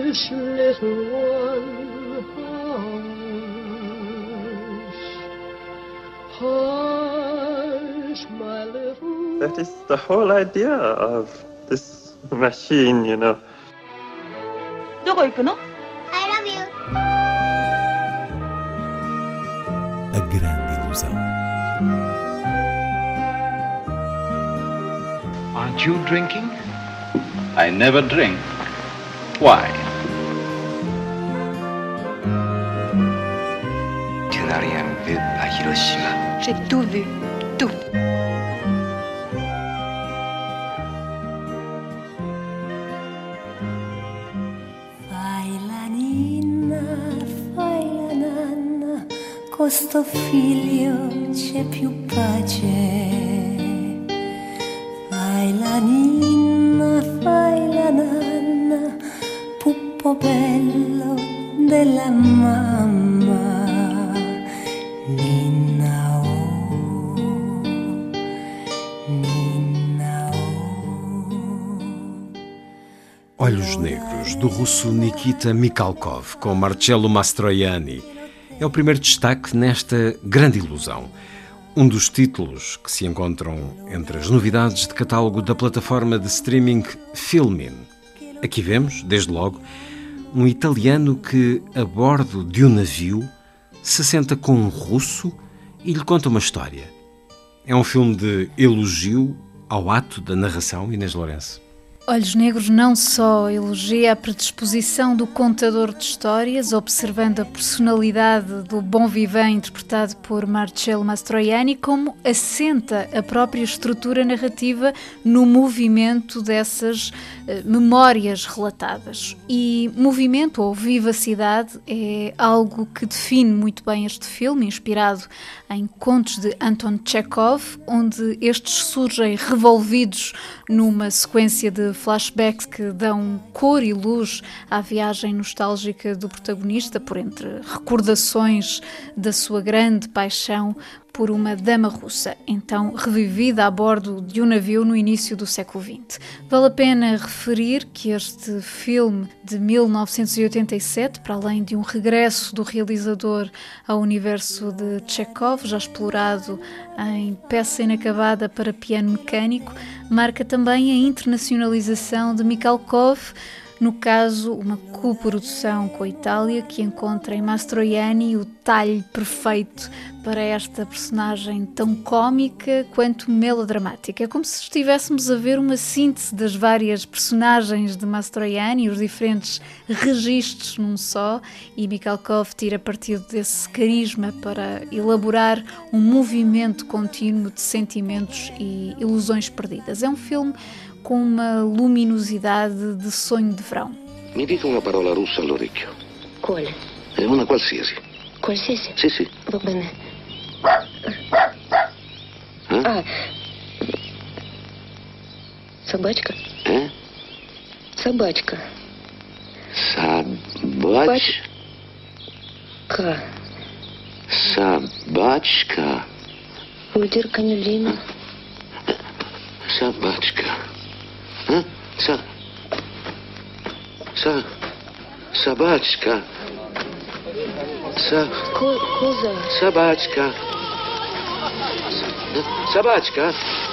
Hush, little one, hush, hush, my little... That is the whole idea of this machine, you know. どこ行くの? I love you. A grande ilusão. Aren't you drinking? I never drink. Why? Tu n'as rien vu à Hiroshima. J'ai tout vu, tout. Fai la ninna, fai la nanna, con sto figlio c'è più pace. Fai la ninna, fai la nanna, puppo bello della mamma. Ninna oh, ninna oh. Olhos Negros, do russo Nikita Mikhalkov, com Marcello Mastroianni. É o primeiro destaque nesta grande ilusão. Um dos títulos que se encontram entre as novidades de catálogo da plataforma de streaming Filmin. Aqui vemos, desde logo, um italiano que, a bordo de um navio, se senta com um russo e lhe conta uma história. É um filme de elogio ao ato da narração, Inês Lourenço. Olhos Negros não só elogia a predisposição do contador de histórias, observando a personalidade do bon vivant interpretado por Marcello Mastroianni, como assenta a própria estrutura narrativa no movimento dessas memórias relatadas. E movimento ou vivacidade é algo que define muito bem este filme, inspirado em contos de Anton Chekhov, onde estes surgem revolvidos numa sequência de flashbacks que dão cor e luz à viagem nostálgica do protagonista, por entre recordações da sua grande paixão por uma dama russa, então revivida a bordo de um navio no início do século XX. Vale a pena referir que este filme de 1987, para além de um regresso do realizador ao universo de Chekhov, já explorado em Peça Inacabada para Piano Mecânico, marca também a internacionalização de Mikhalkov, no caso, uma coprodução com a Itália que encontra em Mastroianni o talhe perfeito para esta personagem tão cómica quanto melodramática. É como se estivéssemos a ver uma síntese das várias personagens de Mastroianni, os diferentes registros num só, e Mikhalkov tira partido desse carisma para elaborar um movimento contínuo de sentimentos e ilusões perdidas. É um filme com uma luminosidade de sonho de verão. Mi dica una parola russa all'orecchio. Quale? È una qualsiasi. Qualsiasi? Sì, sì. Va bene. Eh? Собачка? Собачка. Собачка. Vuol cagnolino. Собачка. Собачка. Cosa? Собачка. Собачка.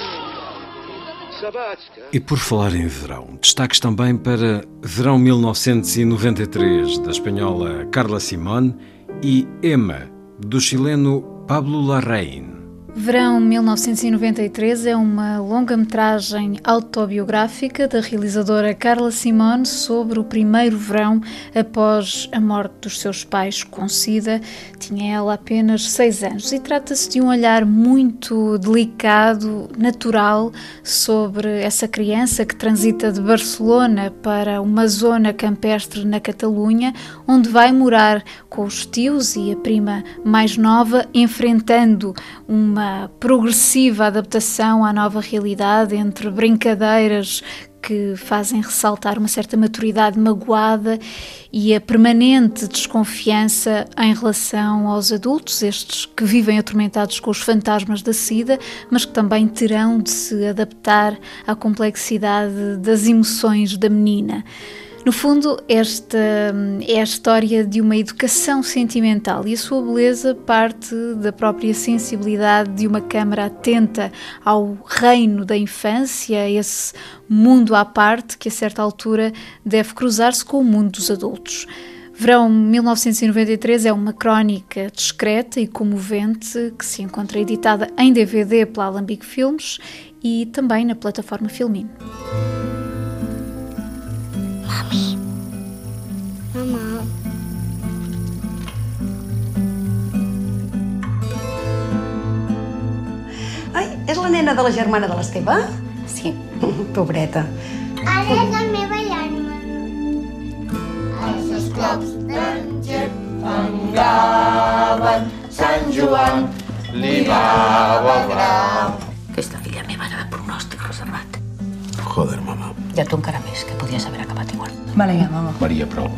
E por falar em verão, destaques também para Verão 1993, da espanhola Carla Simón, e Emma, do chileno Pablo Larraín. Verão 1993 é uma longa-metragem autobiográfica da realizadora Carla Simón sobre o primeiro verão após a morte dos seus pais com SIDA. Tinha ela apenas 6 anos e trata-se de um olhar muito delicado, natural, sobre essa criança que transita de Barcelona para uma zona campestre na Catalunha, onde vai morar com os tios e a prima mais nova, enfrentando uma progressiva adaptação à nova realidade entre brincadeiras que fazem ressaltar uma certa maturidade magoada e a permanente desconfiança em relação aos adultos, estes que vivem atormentados com os fantasmas da SIDA, mas que também terão de se adaptar à complexidade das emoções da menina. No fundo, esta é a história de uma educação sentimental e a sua beleza parte da própria sensibilidade de uma câmara atenta ao reino da infância, esse mundo à parte que a certa altura deve cruzar-se com o mundo dos adultos. Verão 1993 é uma crónica discreta e comovente que se encontra editada em DVD pela Alambique Filmes e também na plataforma Filmin. Mami. Mamà. Ai, és la nena de la germana de l'Esteve? Sí. Pobreta. Ara és la meva llarma. Els esclaus d'en Gep fangaven, Sant Joan li va alegrar. Aquesta filla meva era de pronòstic reservat. Joder, mamà. I a tu encara més, que podies haver acabat igual. Vale, ja, mama. Maria, prou.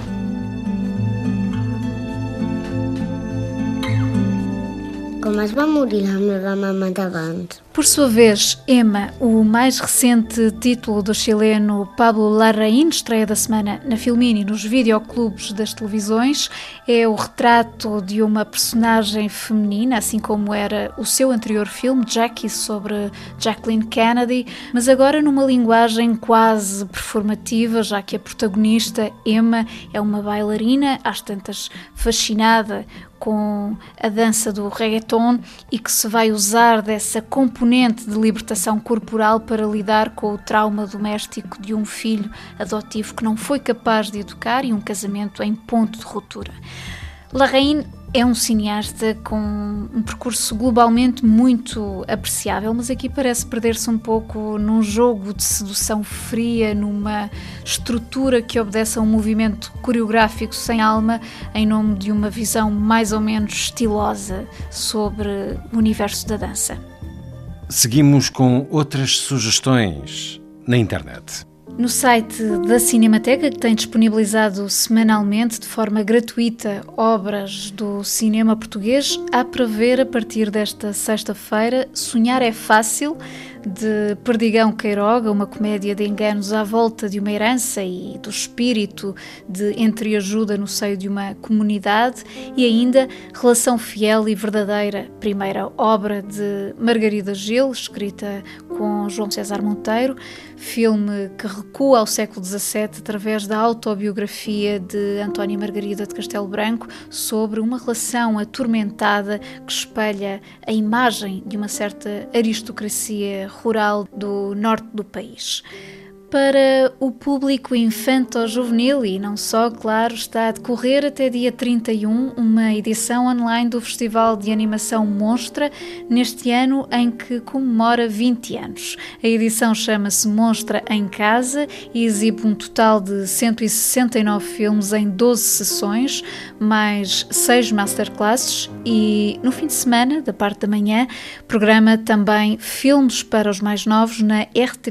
Com es va morir la meva mama d'abans? Por sua vez, Emma, o mais recente título do chileno Pablo Larraín, estreia da semana na Filmin e nos videoclubes das televisões, é o retrato de uma personagem feminina, assim como era o seu anterior filme, Jackie, sobre Jacqueline Kennedy, mas agora numa linguagem quase performativa, já que a protagonista, Emma, é uma bailarina, às tantas fascinada com a dança do reggaeton e que se vai usar dessa componente de libertação corporal para lidar com o trauma doméstico de um filho adotivo que não foi capaz de educar e um casamento em ponto de ruptura. Larraín é um cineasta com um percurso globalmente muito apreciável, mas aqui parece perder-se um pouco num jogo de sedução fria, numa estrutura que obedece a um movimento coreográfico sem alma, em nome de uma visão mais ou menos estilosa sobre o universo da dança. Seguimos com outras sugestões na internet. No site da Cinemateca, que tem disponibilizado semanalmente, de forma gratuita, obras do cinema português, há para ver a partir desta sexta-feira Sonhar é Fácil, de Perdigão Queiroga, uma comédia de enganos à volta de uma herança e do espírito de entreajuda no seio de uma comunidade, e ainda Relação Fiel e Verdadeira, primeira obra de Margarida Gil, escrita com João César Monteiro, filme que recua ao século XVII através da autobiografia de Antónia Margarida de Castelo Branco sobre uma relação atormentada que espelha a imagem de uma certa aristocracia rural do norte do país. Para o público infanto-juvenil e não só, claro, está a decorrer até dia 31 uma edição online do Festival de Animação Monstra, neste ano em que comemora 20 anos. A edição chama-se Monstra em Casa e exibe um total de 169 filmes em 12 sessões, mais 6 masterclasses e, no fim de semana, da parte da manhã, programa também filmes para os mais novos na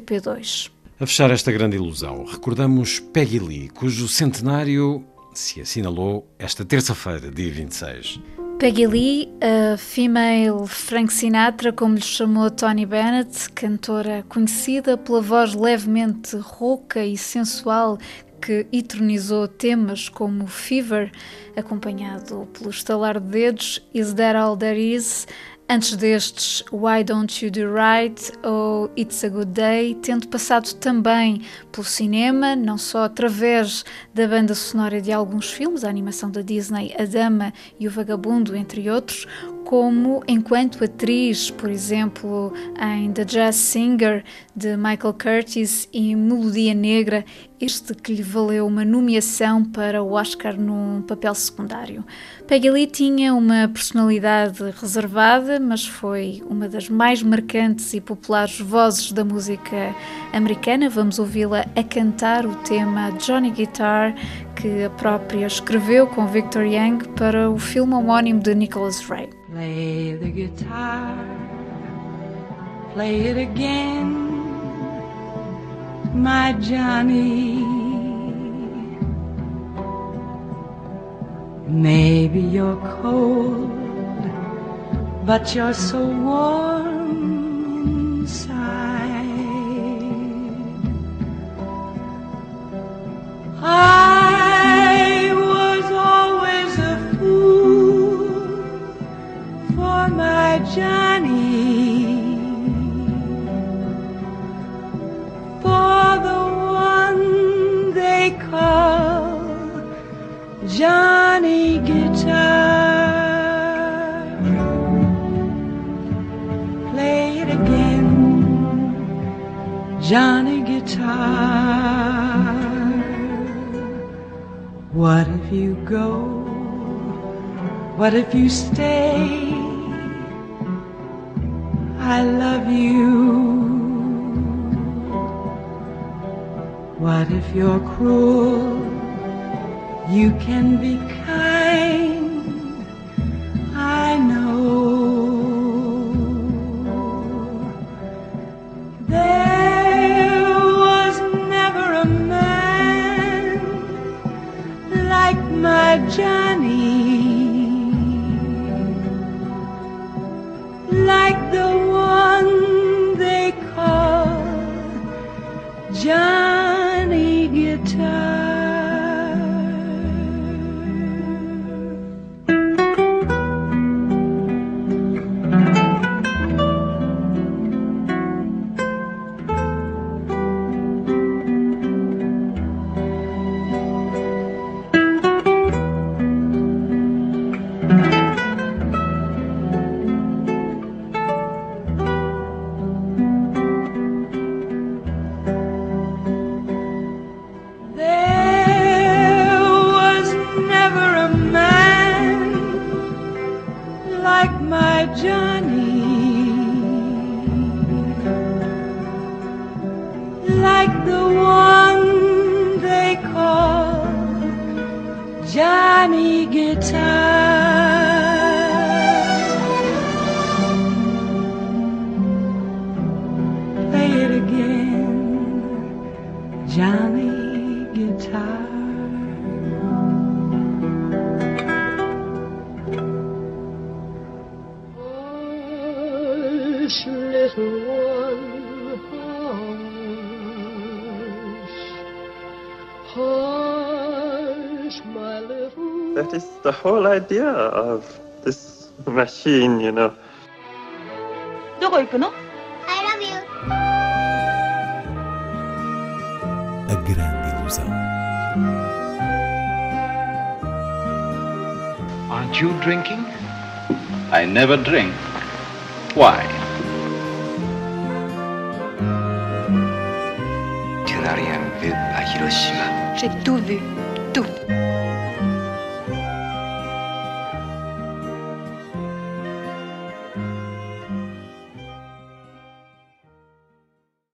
RTP2. A fechar esta grande ilusão, recordamos Peggy Lee, cujo centenário se assinalou esta terça-feira, dia 26. Peggy Lee, a female Frank Sinatra, como lhe chamou Tony Bennett, cantora conhecida pela voz levemente rouca e sensual que eternizou temas como Fever, acompanhado pelo estalar de dedos, Is That All There Is? Antes destes, Why Don't You Do Right ou It's a Good Day, tendo passado também pelo cinema, não só através da banda sonora de alguns filmes, a animação da Disney, A Dama e o Vagabundo, entre outros, como enquanto atriz, por exemplo, em The Jazz Singer, de Michael Curtiz, e Melodia Negra, este que lhe valeu uma nomeação para o Oscar num papel secundário. Peggy Lee tinha uma personalidade reservada, mas foi uma das mais marcantes e populares vozes da música americana. Vamos ouvi-la a cantar o tema Johnny Guitar, que a própria escreveu com Victor Young para o filme homónimo de Nicholas Ray. Play the guitar, play it again, my Johnny. Maybe you're cold, but you're so warm inside. What if you go? What if you stay? I love you. What if you're cruel? You can be kind, I know. There was never a man like my Johnny, like the one they call Johnny Guitar. Johnny Guitar. Play it again, Johnny Guitar. Hush, little one, hush, hush, my little. That is the whole idea of this machine, you know. どこ行くの? I love you. A grande ilusão. Aren't you drinking? I never drink. Why? Tu n'as rien vu à Hiroshima. J'ai tout vu, tout.